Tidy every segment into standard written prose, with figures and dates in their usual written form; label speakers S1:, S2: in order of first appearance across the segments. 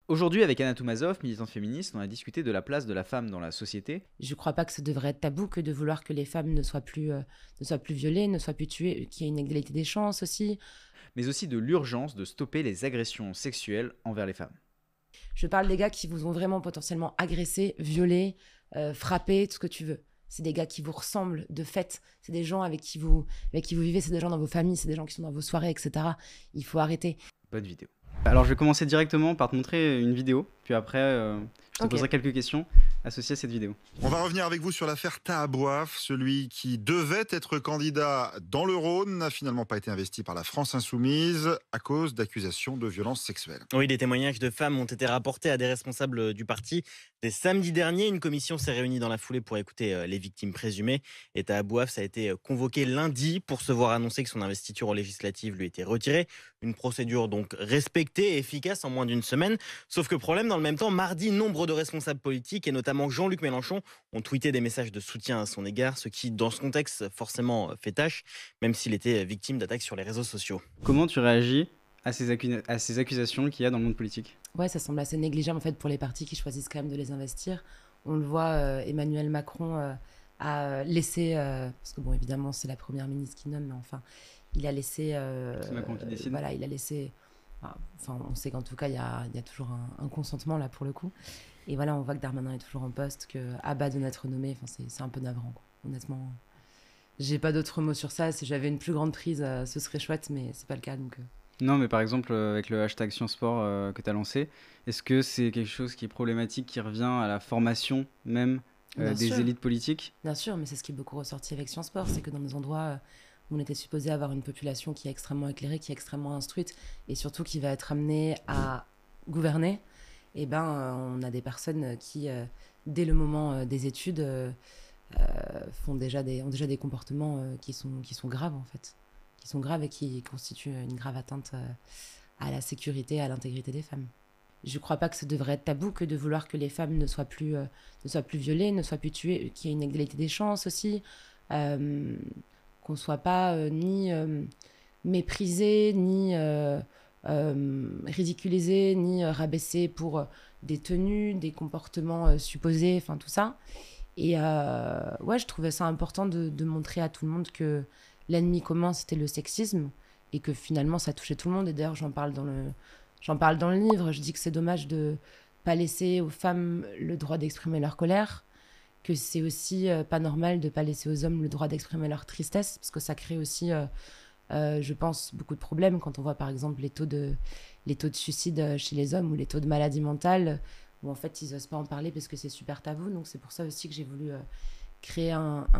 S1: Aujourd'hui, avec Anna Toumazov, militante féministe, on a discuté de la place de la femme dans la société.
S2: Je crois pas que ça devrait être tabou que de vouloir que les femmes ne soient plus violées, ne soient plus tuées, qu'il y ait une égalité des chances aussi.
S1: Mais aussi de l'urgence de stopper les agressions sexuelles envers les femmes.
S2: Je parle des gars qui vous ont vraiment potentiellement agressé, violé, frappé, tout ce que tu veux. C'est des gars qui vous ressemblent de fait. C'est des gens avec qui vous vivez, c'est des gens dans vos familles, c'est des gens qui sont dans vos soirées, etc. Il faut arrêter.
S1: Bonne vidéo. Alors je vais commencer directement par te montrer une vidéo, puis après je te
S2: Ok.
S1: poserai quelques questions associées à cette vidéo.
S3: On va revenir avec vous sur l'affaire Taha Bouaf. Celui qui devait être candidat dans le Rhône n'a finalement pas été investi par la France Insoumise à cause d'accusations de violences sexuelles.
S4: Oui, des témoignages de femmes ont été rapportés à des responsables du parti. Dès samedi dernier, une commission s'est réunie dans la foulée pour écouter les victimes présumées. Et Taha Bouaf a été convoqué lundi pour se voir annoncer que son investiture aux législatives lui était retirée. Une procédure donc respectée et efficace en moins d'une semaine. Sauf que problème, dans le même temps, mardi, nombre de responsables politiques, et notamment Jean-Luc Mélenchon, ont tweeté des messages de soutien à son égard, ce qui, dans ce contexte, forcément fait tâche, même s'il était victime d'attaques sur les réseaux sociaux.
S1: Comment tu réagis à ces accusations qu'il y a dans le monde politique?
S2: Ouais, ça semble assez négligeable en fait pour les partis qui choisissent quand même de les investir. On le voit, Emmanuel Macron a laissé, parce que bon, évidemment, c'est la première ministre qui nomme, mais enfin, il a laissé.
S1: C'est Macron qui décide.
S2: Voilà, il a laissé. Enfin, on sait qu'en tout cas, il y a toujours un consentement là pour le coup. Et voilà, on voit que Darmanin est toujours en poste, que Abba doit être nommé. Enfin, c'est un peu navrant, quoi. Honnêtement, j'ai pas d'autres mots sur ça. Si j'avais une plus grande prise, ce serait chouette, mais c'est pas le cas. Donc,
S1: Non, mais par exemple, avec le hashtag Sciences Sport que tu as lancé, est-ce que c'est quelque chose qui est problématique, qui revient à la formation même
S2: Bien
S1: des
S2: sûr.
S1: élites politiques?
S2: Bien sûr, mais c'est ce qui est beaucoup ressorti avec Sciences Sport, c'est que dans des endroits où on était supposé avoir une population qui est extrêmement éclairée, qui est extrêmement instruite, et surtout qui va être amenée à gouverner, eh ben, on a des personnes qui, dès le moment des études, ont déjà des comportements qui sont graves, en fait. Qui sont graves et qui constituent une grave atteinte à la sécurité, à l'intégrité des femmes. Je ne crois pas que ça devrait être tabou que de vouloir que les femmes ne soient plus violées, ne soient plus tuées, qu'il y ait une égalité des chances aussi, qu'on ne soit pas ni méprisé, ni ridiculisé, ni rabaissé pour des tenues, des comportements supposés, enfin tout ça. Et ouais, je trouvais ça important de montrer à tout le monde que l'ennemi commun, c'était le sexisme, et que finalement, ça touchait tout le monde. Et d'ailleurs, j'en parle dans le livre. Je dis que c'est dommage de pas laisser aux femmes le droit d'exprimer leur colère, que c'est aussi pas normal de pas laisser aux hommes le droit d'exprimer leur tristesse, parce que ça crée aussi, je pense, beaucoup de problèmes quand on voit par exemple les taux de suicide chez les hommes ou les taux de maladie mentale, où en fait ils n'osent pas en parler parce que c'est super tabou. Donc c'est pour ça aussi que j'ai voulu créer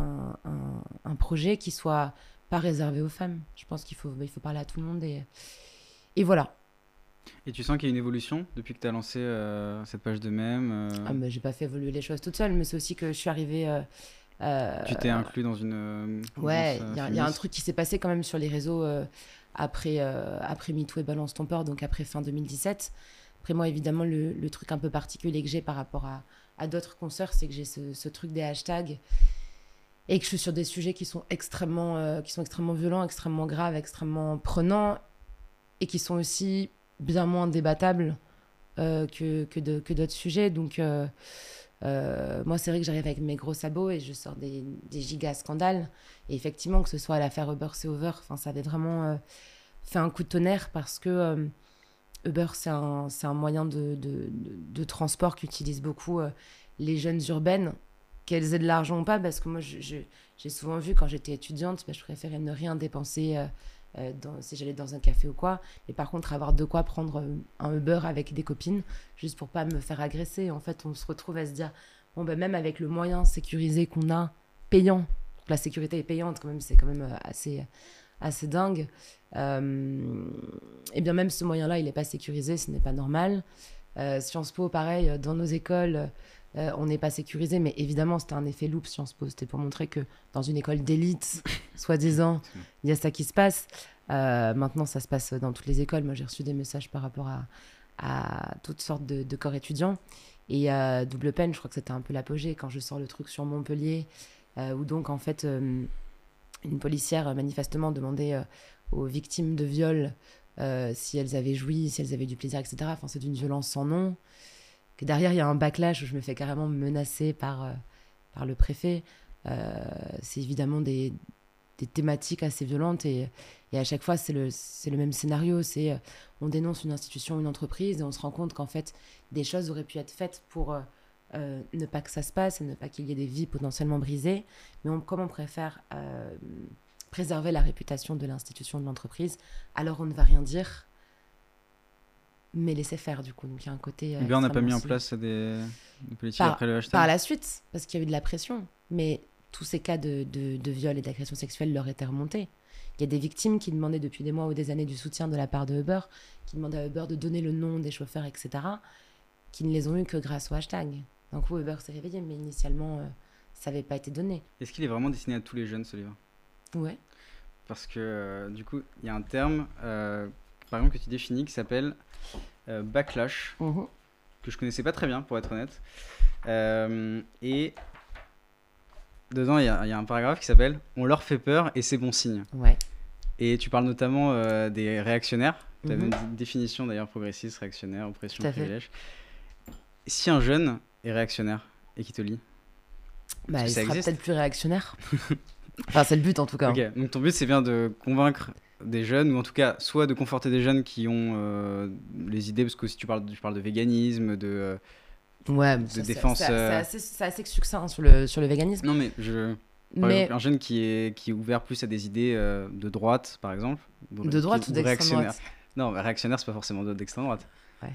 S2: un projet qui soit pas réservé aux femmes. Je pense qu'il faut parler à tout le monde et voilà.
S1: Et tu sens qu'il y a une évolution depuis que tu as lancé cette page de mème
S2: Ah, mais j'ai pas fait évoluer les choses toute seule, mais c'est aussi que je suis arrivée.
S1: Tu t'es inclus dans une
S2: Ouais,
S1: mouvance
S2: il y a un
S1: féministe?
S2: truc qui s'est passé quand même sur les réseaux après MeToo et Balance ton port, donc après fin 2017. Après moi, évidemment, le truc un peu particulier que j'ai par rapport à d'autres consoeurs, c'est que j'ai ce truc des hashtags et que je suis sur des sujets qui sont extrêmement violents, extrêmement graves, extrêmement prenants et qui sont aussi bien moins débattables que d'autres sujets. Donc, moi, c'est vrai que j'arrive avec mes gros sabots et je sors des gigas scandales. Et effectivement, que ce soit l'affaire Uber, c'est over, ça avait vraiment fait un coup de tonnerre parce que Uber, c'est un moyen de transport qu'utilisent beaucoup les jeunes urbaines, qu'elles aient de l'argent ou pas, parce que moi, j'ai souvent vu quand j'étais étudiante, je préférais ne rien dépenser si j'allais dans un café ou quoi, mais par contre avoir de quoi prendre un Uber avec des copines, juste pour pas me faire agresser. En fait, on se retrouve à se dire, bon, ben, même avec le moyen sécurisé qu'on a, payant, donc la sécurité est payante quand même, c'est quand même assez dingue, et bien même ce moyen-là, il n'est pas sécurisé, ce n'est pas normal. Sciences Po, pareil, dans nos écoles, on n'est pas sécurisé, mais évidemment, c'était un effet loupe, Sciences Po. C'était pour montrer que dans une école d'élite, soi-disant, il y a ça qui se passe. Maintenant, ça se passe dans toutes les écoles. Moi, j'ai reçu des messages par rapport à toutes sortes de corps étudiants. Et double peine, je crois que c'était un peu l'apogée quand je sors le truc sur Montpellier, où donc, en fait, une policière manifestement demandait aux victimes de viol si elles avaient joui, si elles avaient du plaisir, etc. Enfin, c'est d'une violence sans nom. Que derrière, il y a un backlash où je me fais carrément menacer par le préfet. C'est évidemment des thématiques assez violentes et à chaque fois, c'est le même scénario. C'est on dénonce une institution, une entreprise et on se rend compte qu'en fait, des choses auraient pu être faites pour ne pas que ça se passe et ne pas qu'il y ait des vies potentiellement brisées. Mais comme on préfère préserver la réputation de l'institution, de l'entreprise, alors on ne va rien dire, mais laisser faire du coup. Donc il y a un côté.
S1: On n'a pas mis en
S2: extrêmement
S1: place des politiques
S2: Par-
S1: après le hashtag.
S2: par la suite, parce qu'il y a eu de la pression. Mais tous ces cas de viol et d'agression sexuelle leur étaient remontés. Il y a des victimes qui demandaient depuis des mois ou des années du soutien de la part de Uber, qui demandaient à Uber de donner le nom des chauffeurs, etc., qui ne les ont eu que grâce au hashtag. Donc oui, Uber s'est réveillé, mais initialement, ça n'avait pas été donné.
S1: Est-ce qu'il est vraiment destiné à tous les jeunes, ce livre?
S2: Ouais.
S1: Parce que du coup, il y a un terme, par exemple, que tu définis qui s'appelle backlash, que je connaissais pas très bien, pour être honnête. Et dedans, il y a un paragraphe qui s'appelle « On leur fait peur et c'est bon signe
S2: Ouais. ».
S1: Et tu parles notamment des réactionnaires. Tu as
S2: Mhm.
S1: même une définition d'ailleurs progressiste, réactionnaire, oppression,
S2: Tout à fait.
S1: privilège. Si un jeune est réactionnaire et qui te lit,
S2: Bah,
S1: que
S2: il
S1: ça
S2: sera
S1: existe
S2: peut-être plus réactionnaire. Enfin, c'est le but en tout cas.
S1: ok, donc ton but c'est bien de convaincre des jeunes, ou en tout cas soit de conforter des jeunes qui ont les idées, parce que si tu parles de véganisme,
S2: Ouais, mais
S1: de
S2: ça,
S1: défense,
S2: c'est assez succinct sur le véganisme.
S1: non mais par
S2: Mais
S1: exemple, un jeune qui est ouvert plus à des idées de droite par exemple,
S2: de droite ou d'extrême
S1: réactionnaire.
S2: droite.
S1: Non, mais réactionnaire c'est pas forcément d'extrême droite.
S2: Ouais.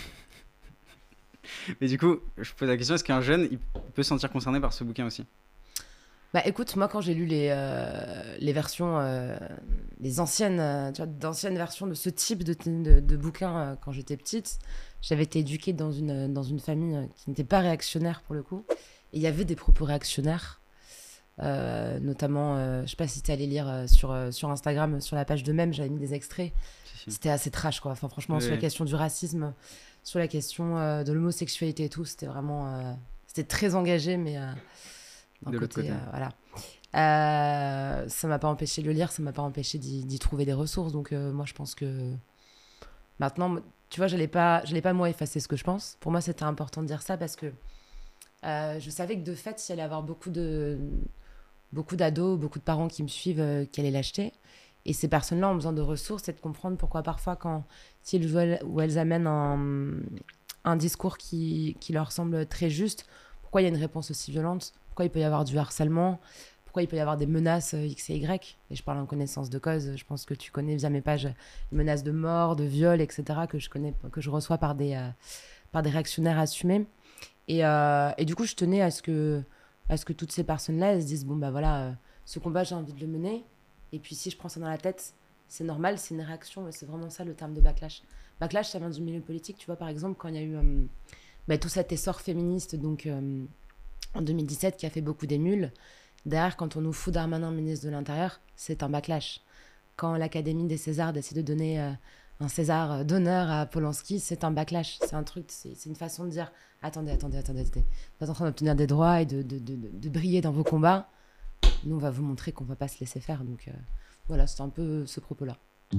S1: Mais du coup, je pose la question, est-ce qu'un jeune il peut se sentir concerné par ce bouquin aussi?
S2: Bah écoute, moi quand j'ai lu les versions, les anciennes, tu vois, d'anciennes versions de ce type de bouquins quand j'étais petite, j'avais été éduquée dans une famille qui n'était pas réactionnaire pour le coup. Et il y avait des propos réactionnaires, notamment, je sais pas si t'es allé lire sur Instagram, sur la page de Mème, j'avais mis des extraits.
S1: Si.
S2: C'était assez trash quoi. Enfin franchement,
S1: Oui,
S2: sur la
S1: oui.
S2: question du racisme, sur la question de l'homosexualité et tout, c'était vraiment, c'était très engagé, mais d'un
S1: De l'autre côté.
S2: voilà. Ça m'a pas empêché de le lire, ça m'a pas empêché d'y trouver des ressources. Donc moi, je pense que maintenant, tu vois, j'allais pas moi effacer ce que je pense. Pour moi, c'était important de dire ça parce que je savais que de fait, il y allait avoir beaucoup d'ados, beaucoup de parents qui me suivent, qui allaient l'acheter. Et ces personnes-là ont besoin de ressources et de comprendre pourquoi parfois, quand ils veulent ou elles amènent un discours qui leur semble très juste, pourquoi il y a une réponse aussi violente, pourquoi il peut y avoir du harcèlement, pourquoi il peut y avoir des menaces X et Y. Et je parle en connaissance de cause, je pense que tu connais via mes pages les menaces de mort, de viol, etc., que je reçois par des réactionnaires assumés. Et du coup, je tenais à ce que toutes ces personnes-là, elles se disent, bon, bah voilà, ce combat, j'ai envie de le mener. Et puis si je prends ça dans la tête, c'est normal, c'est une réaction. Et c'est vraiment ça le terme de backlash. Backlash, ça vient du milieu politique. Tu vois, par exemple, quand il y a eu tout cet essor féministe, donc en 2017, qui a fait beaucoup d'émules, derrière, quand on nous fout Darmanin ministre de l'Intérieur, c'est un backlash. Quand l'Académie des Césars décide de donner un César d'honneur à Polanski, c'est un backlash. C'est un truc, c'est une façon de dire attendez. Vous êtes en train d'obtenir des droits et de briller dans vos combats. Nous, on va vous montrer qu'on ne va pas se laisser faire. Donc voilà, c'est un peu ce propos-là.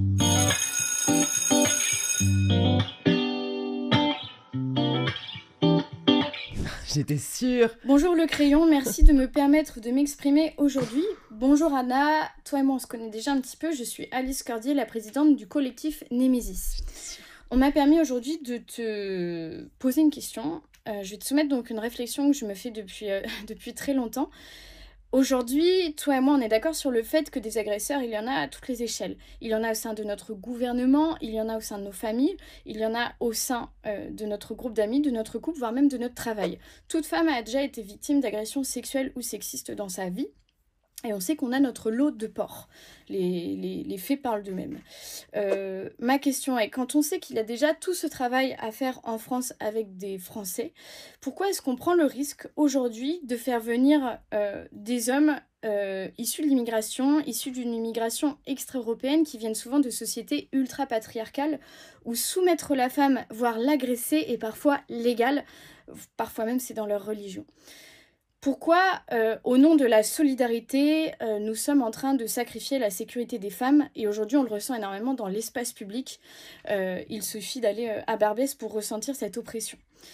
S2: J'étais sûre.
S5: Bonjour le crayon, merci de me permettre de m'exprimer aujourd'hui. Bonjour Anna, toi et moi on se connaît déjà un petit peu, je suis Alice Cordier, la présidente du collectif Némésis. On m'a permis aujourd'hui de te poser une question. Je vais te soumettre donc une réflexion que je me fais depuis très longtemps. Aujourd'hui, toi et moi, on est d'accord sur le fait que des agresseurs, il y en a à toutes les échelles. Il y en a au sein de notre gouvernement, il y en a au sein de nos familles, il y en a au sein de notre groupe d'amis, de notre couple, voire même de notre travail. Toute femme a déjà été victime d'agressions sexuelles ou sexistes dans sa vie. Et on sait qu'on a notre lot de porcs. Les faits parlent d'eux-mêmes. Ma question est, quand on sait qu'il y a déjà tout ce travail à faire en France avec des Français, pourquoi est-ce qu'on prend le risque aujourd'hui de faire venir des hommes issus de l'immigration, issus d'une immigration extra-européenne qui viennent souvent de sociétés ultra-patriarcales où soumettre la femme, voire l'agresser, est parfois légal, parfois même c'est dans leur religion. Pourquoi, au nom de la solidarité, nous sommes en train de sacrifier la sécurité des femmes? Et aujourd'hui, on le ressent énormément dans l'espace public. Il suffit d'aller à Barbès pour ressentir cette oppression.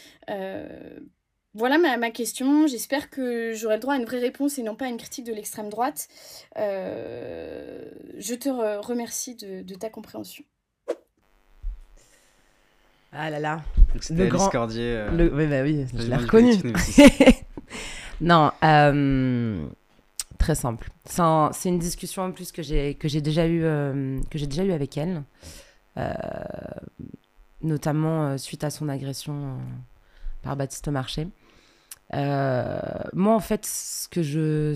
S5: Voilà ma question. J'espère que j'aurai le droit à une vraie réponse et non pas à une critique de l'extrême droite. Je te remercie de ta compréhension.
S2: Ah là là.
S1: Donc c'était Alice Cordier.
S2: Oui, bah oui, je l'ai reconnu. Non, très simple. C'est une discussion en plus que j'ai déjà eue avec elle, notamment suite à son agression par Baptiste Marché. Moi, en fait, ce que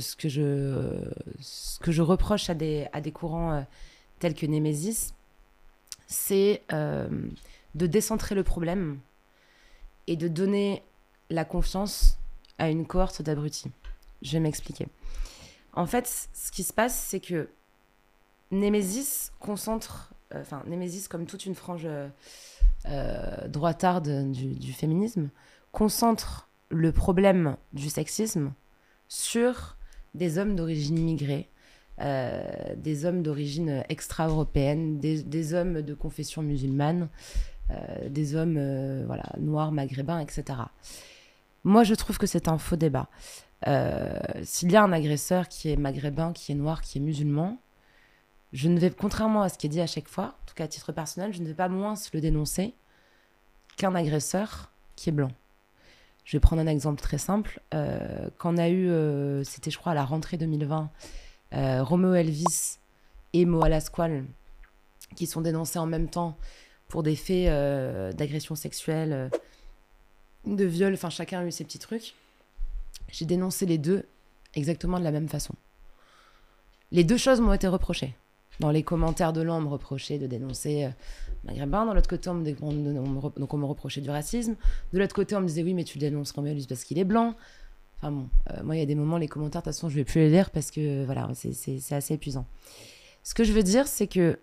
S2: je reproche à des courants tels que Némésis, c'est de décentrer le problème et de donner la confiance à une cohorte d'abrutis. Je vais m'expliquer. En fait, ce qui se passe, c'est que Némésis concentre... Némésis, comme toute une frange droitarde du féminisme, concentre le problème du sexisme sur des hommes d'origine immigrée, des hommes d'origine extra-européenne, des hommes de confession musulmane, des hommes noirs, maghrébins, etc. Moi, je trouve que c'est un faux débat. S'il y a un agresseur qui est maghrébin, qui est noir, qui est musulman, je ne vais, contrairement à ce qui est dit à chaque fois, en tout cas à titre personnel, je ne vais pas moins le dénoncer qu'un agresseur qui est blanc. Je vais prendre un exemple très simple. Quand on a eu, c'était je crois à la rentrée 2020, Romeo Elvis et Moa Lasquale, qui sont dénoncés en même temps pour des faits d'agression sexuelle, de viol, enfin chacun a eu ses petits trucs. J'ai dénoncé les deux exactement de la même façon. Les deux choses m'ont été reprochées. Dans les commentaires de l'un, on me reprochait de dénoncer maghrébin. Dans l'autre côté, on me reprochait du racisme. De l'autre côté, on me disait oui, mais tu dénonces Romeo Elvis parce qu'il est blanc. Enfin bon, moi, il y a des moments, les commentaires, de toute façon, je ne vais plus les lire parce que voilà, c'est assez épuisant. Ce que je veux dire, c'est que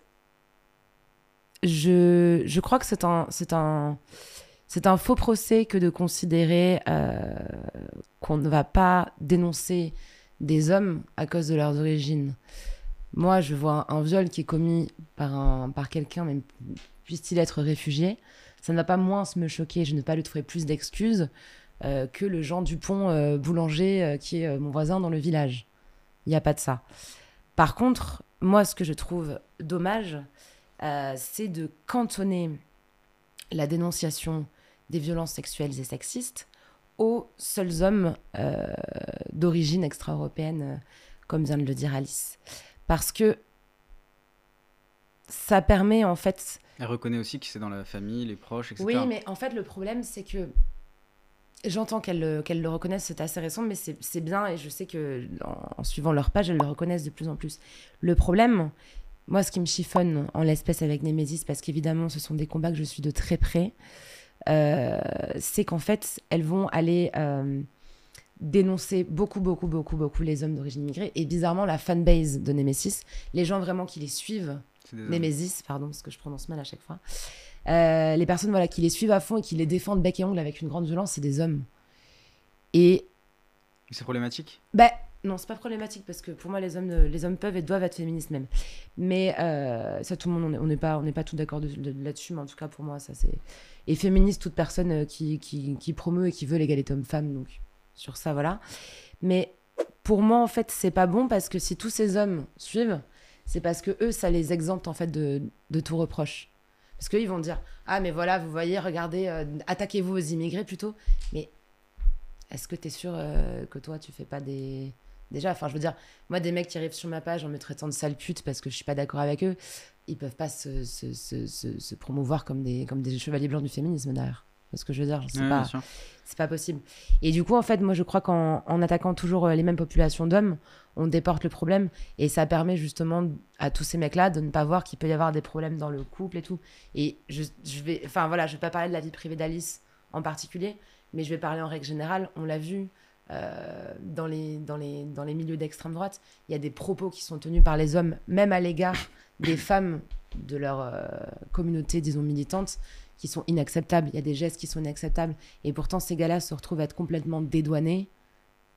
S2: je crois que c'est un faux procès que de considérer qu'on ne va pas dénoncer des hommes à cause de leurs origines. Moi, je vois un viol qui est commis par quelqu'un, même puisse-t-il être réfugié, ça ne va pas moins me choquer, je ne vais pas lui trouver plus d'excuses que le Jean Dupont boulanger qui est mon voisin dans le village. Il n'y a pas de ça. Par contre, moi, ce que je trouve dommage, c'est de cantonner la dénonciation des violences sexuelles et sexistes aux seuls hommes d'origine extra-européenne, comme vient de le dire Alice. Parce que ça permet en fait...
S1: Elle reconnaît aussi que c'est dans la famille, les proches, etc.
S2: Oui, mais en fait, le problème, c'est que j'entends qu'elle le reconnaisse, c'est assez récent, mais c'est bien, et je sais qu'en suivant leur page, elles le reconnaissent de plus en plus. Le problème, moi, ce qui me chiffonne en l'espèce avec Némésis, parce qu'évidemment, ce sont des combats que je suis de très près, c'est qu'en fait, elles vont aller dénoncer beaucoup les hommes d'origine immigrée, et bizarrement, la fanbase de Némésis, les gens vraiment qui les suivent, Némésis, pardon, parce que je prononce mal à chaque fois, les personnes qui les suivent à fond et qui les défendent bec et ongle avec une grande violence, c'est des hommes. Et
S1: c'est problématique?
S2: Non, c'est pas problématique parce que pour moi les hommes peuvent et doivent être féministes même. Mais ça, tout le monde, on n'est pas tout d'accord là-dessus, mais en tout cas pour moi ça c'est... Et féministe, toute personne qui promeut et qui veut l'égalité homme-femme, donc sur ça voilà. Mais pour moi en fait c'est pas bon, parce que si tous ces hommes suivent, c'est parce que eux ça les exempte en fait de tout reproche. Parce qu'ils vont dire « Ah mais voilà, vous voyez, regardez, attaquez-vous aux immigrés plutôt. » Mais est-ce que t'es sûr que toi tu fais pas des... Déjà, enfin, je veux dire, moi, des mecs qui arrivent sur ma page en me traitant de sale pute parce que je suis pas d'accord avec eux, ils peuvent pas se promouvoir comme des chevaliers blancs du féminisme derrière. C'est ce que je veux dire, c'est pas possible. Et du coup, en fait, moi, je crois qu'en attaquant toujours les mêmes populations d'hommes, on déporte le problème, et ça permet justement à tous ces mecs-là de ne pas voir qu'il peut y avoir des problèmes dans le couple et tout. Et je vais pas parler de la vie privée d'Alice en particulier, mais je vais parler en règle générale. On l'a vu. Dans les milieux d'extrême droite, il y a des propos qui sont tenus par les hommes, même à l'égard des femmes de leur communauté, disons, militante, qui sont inacceptables. Il y a des gestes qui sont inacceptables. Et pourtant, ces gars-là se retrouvent à être complètement dédouanés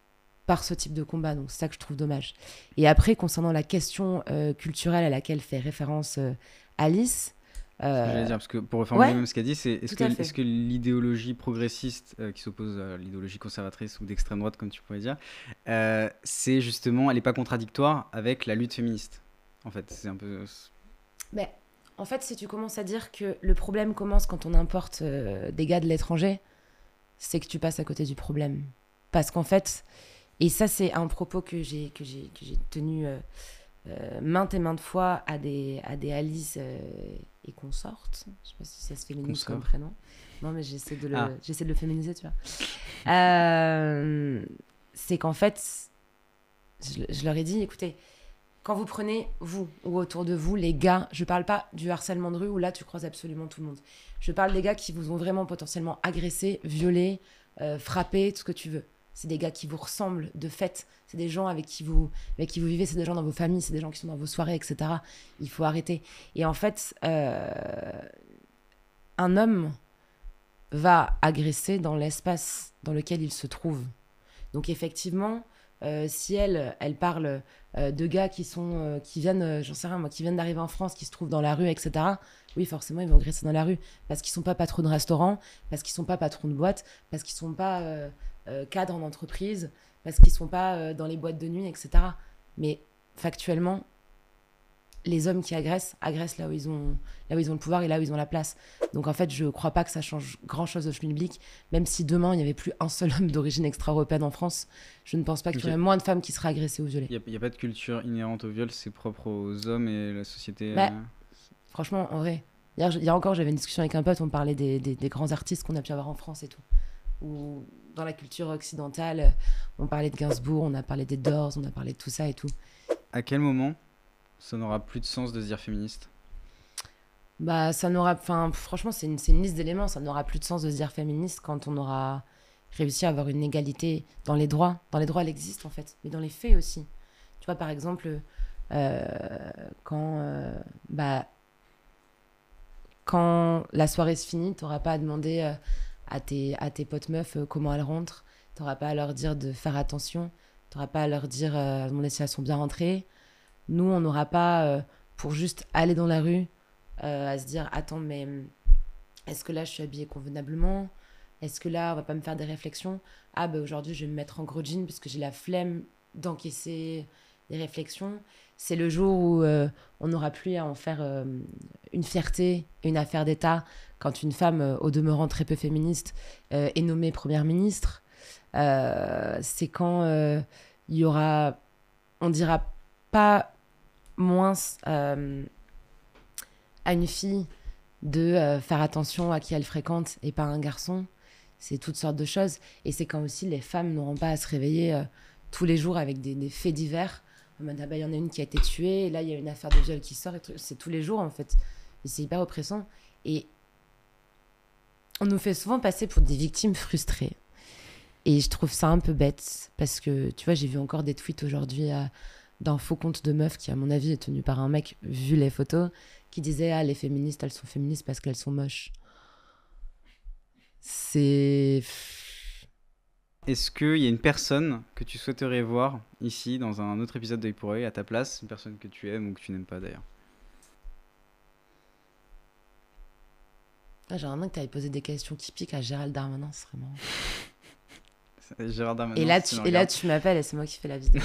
S2: par ce type de combat. Donc, c'est ça que je trouve dommage. Et après, concernant la question culturelle à laquelle fait référence Alice...
S1: J'allais dire, parce que pour reformuler même ce qu'elle dit, c'est est-ce que l'idéologie progressiste qui s'oppose à l'idéologie conservatrice ou d'extrême droite, comme tu pourrais dire, c'est justement, elle n'est pas contradictoire avec la lutte féministe. En fait, c'est un peu...
S2: Mais, en fait, si tu commences à dire que le problème commence quand on importe des gars de l'étranger, c'est que tu passes à côté du problème. Parce qu'en fait, et ça c'est un propos que j'ai tenu maintes et maintes fois à des Alice et consortes. Je sais pas si ça se féminise comme prénom. Non, mais j'essaie de le féminiser, tu vois. C'est qu'en fait, je leur ai dit, écoutez, quand vous prenez, vous, ou autour de vous, les gars, je parle pas du harcèlement de rue où là, tu croises absolument tout le monde. Je parle des gars qui vous ont vraiment potentiellement agressé, violé, frappé, tout ce que tu veux. C'est des gars qui vous ressemblent de fait. C'est des gens avec qui vous vivez, c'est des gens dans vos familles, c'est des gens qui sont dans vos soirées, etc. Il faut arrêter. Et en fait, un homme va agresser dans l'espace dans lequel il se trouve. Donc effectivement, si elle parle de gars qui viennent, j'en sais rien moi, qui viennent d'arriver en France, qui se trouvent dans la rue, etc. Oui, forcément, ils vont agresser dans la rue parce qu'ils sont pas patrons de restaurants, parce qu'ils sont pas patrons de boîtes, parce qu'ils sont pas cadres en entreprise, parce qu'ils sont pas dans les boîtes de nuit, etc. Mais factuellement, les hommes qui agressent là où ils ont le pouvoir et là où ils ont la place. Donc en fait, je crois pas que ça change grand-chose au schmilblick. Même si demain, il n'y avait plus un seul homme d'origine extra-européenne en France, je ne pense pas qu'il y aurait moins de femmes qui seraient agressées ou violées.
S1: Il n'y a pas de culture inhérente au viol, c'est propre aux hommes et la société...
S2: Franchement, en vrai, hier encore, j'avais une discussion avec un pote, on parlait des grands artistes qu'on a pu avoir en France et tout. Ou dans la culture occidentale, on parlait de Gainsbourg, on a parlé des Doors, on a parlé de tout ça et tout.
S1: À quel moment ça n'aura plus de sens de se dire féministe ?
S2: Franchement, c'est une liste d'éléments. Ça n'aura plus de sens de se dire féministe quand on aura réussi à avoir une égalité dans les droits. Dans les droits, elle existe en fait, mais dans les faits aussi. Tu vois, par exemple, quand la soirée se finit, tu n'auras pas à demander à tes potes meufs comment elles rentrent. Tu n'auras pas à leur dire de faire attention. Tu n'auras pas à leur dire demander si elles sont bien rentrées. Nous, on n'aura pas, pour juste aller dans la rue, à se dire « Attends, mais est-ce que là, je suis habillée convenablement ? Est-ce que là, on va pas me faire des réflexions ? Ah, aujourd'hui, je vais me mettre en gros jean parce que j'ai la flemme d'encaisser des réflexions. » C'est le jour où on n'aura plus à en faire une fierté, une affaire d'État, quand une femme, au demeurant très peu féministe, est nommée première ministre. C'est quand il y aura... On dira pas moins à une fille de faire attention à qui elle fréquente et pas à un garçon. C'est toutes sortes de choses. Et c'est quand aussi les femmes n'auront pas à se réveiller tous les jours avec des faits divers. Il y en a une qui a été tuée, et là, il y a une affaire de viol qui sort. C'est tous les jours, en fait. Et c'est hyper oppressant. Et on nous fait souvent passer pour des victimes frustrées. Et je trouve ça un peu bête, parce que, tu vois, j'ai vu encore des tweets aujourd'hui d'un faux compte de meuf qui, à mon avis, est tenu par un mec, vu les photos, qui disait « Ah, les féministes, elles sont féministes parce qu'elles sont moches. » C'est...
S1: Est-ce qu'il y a une personne que tu souhaiterais voir ici, dans un autre épisode d'Œil pour Œil, à ta place, une personne que tu aimes ou que tu n'aimes pas d'ailleurs?
S2: J'aimerais bien que tu avais posé des questions qui piquent à Gérald Darmanin, c'est vraiment...
S1: Gérald Darmanin,
S2: et là, tu m'appelles et c'est moi qui fais la vidéo.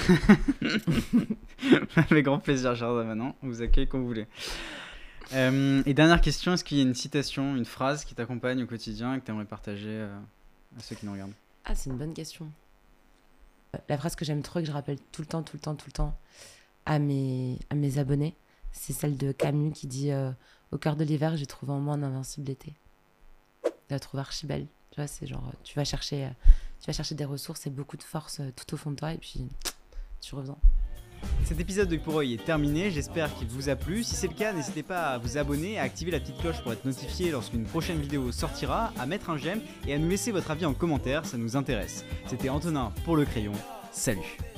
S1: Avec grand plaisir, Gérald Darmanin. On vous accueille quand vous voulez. Et dernière question, est-ce qu'il y a une citation, une phrase qui t'accompagne au quotidien et que tu aimerais partager à ceux qui nous regardent?
S2: Ah, c'est une bonne question. La phrase que j'aime trop et que je rappelle tout le temps à mes abonnés, c'est celle de Camus qui dit au cœur de l'hiver, j'ai trouvé en moi un invincible été. Je la trouve archi belle. Tu vois, c'est genre, tu vas chercher des ressources et beaucoup de force tout au fond de toi et puis tu reviens.
S1: Cet épisode d'Œil pour Œil est terminé, j'espère qu'il vous a plu. Si c'est le cas, n'hésitez pas à vous abonner, à activer la petite cloche pour être notifié lorsqu'une prochaine vidéo sortira, à mettre un j'aime et à nous laisser votre avis en commentaire, ça nous intéresse. C'était Antonin pour Le Crayon, salut.